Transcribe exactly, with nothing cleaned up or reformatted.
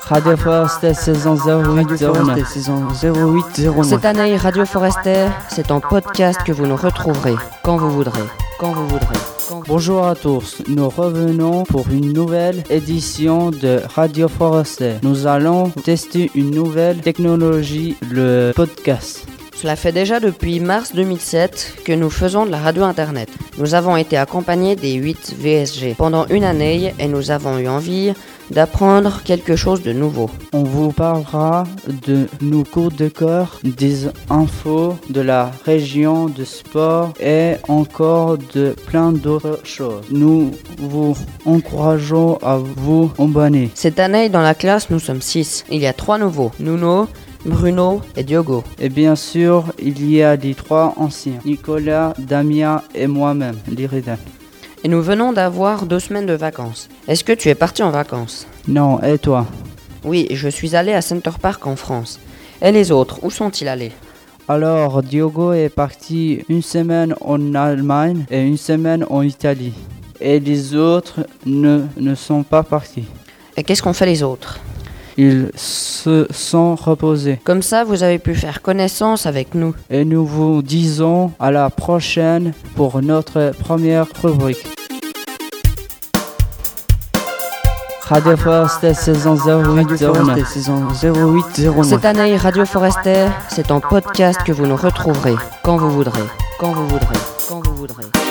Radio Forester saison zéro huit zéro neuf. saison zéro huit zéro neuf. Cette année, Radio Forester, c'est en podcast que vous nous retrouverez quand vous voudrez. Quand vous voudrez. Quand vous... Bonjour à tous, nous revenons pour une nouvelle édition de Radio Forester. Nous allons tester une nouvelle technologie, le podcast. Cela fait déjà depuis mars deux mille sept que nous faisons de la radio internet. Nous avons été accompagnés des huit V S G pendant une année et nous avons eu envie d'apprendre quelque chose de nouveau. On vous parlera de nos cours de cœur, des infos de la région, de sport et encore de plein d'autres choses. Nous vous encourageons à vous abonner. Cette année, dans la classe, nous sommes six. Il y a trois nouveaux, Nuno, Bruno et Diogo. Et bien sûr, il y a les trois anciens, Nicolas, Damien et moi-même, Liridan. Et nous venons d'avoir deux semaines de vacances. Est-ce que tu es parti en vacances? Non, et toi? Oui, je suis allé à Center Park en France. Et les autres, où sont-ils allés? Alors, Diogo est parti une semaine en Allemagne et une semaine en Italie. Et les autres ne, ne sont pas partis. Et qu'est-ce qu'ont fait les autres? Ils se sont reposés. Comme ça, vous avez pu faire connaissance avec nous. Et nous vous disons à la prochaine pour notre première rubrique. Radio Forester saison zéro huit zéro neuf. saison zéro huit zéro neuf. Cette année, Radio Forester, c'est en podcast que vous nous retrouverez quand vous voudrez. Quand vous voudrez. Quand vous voudrez.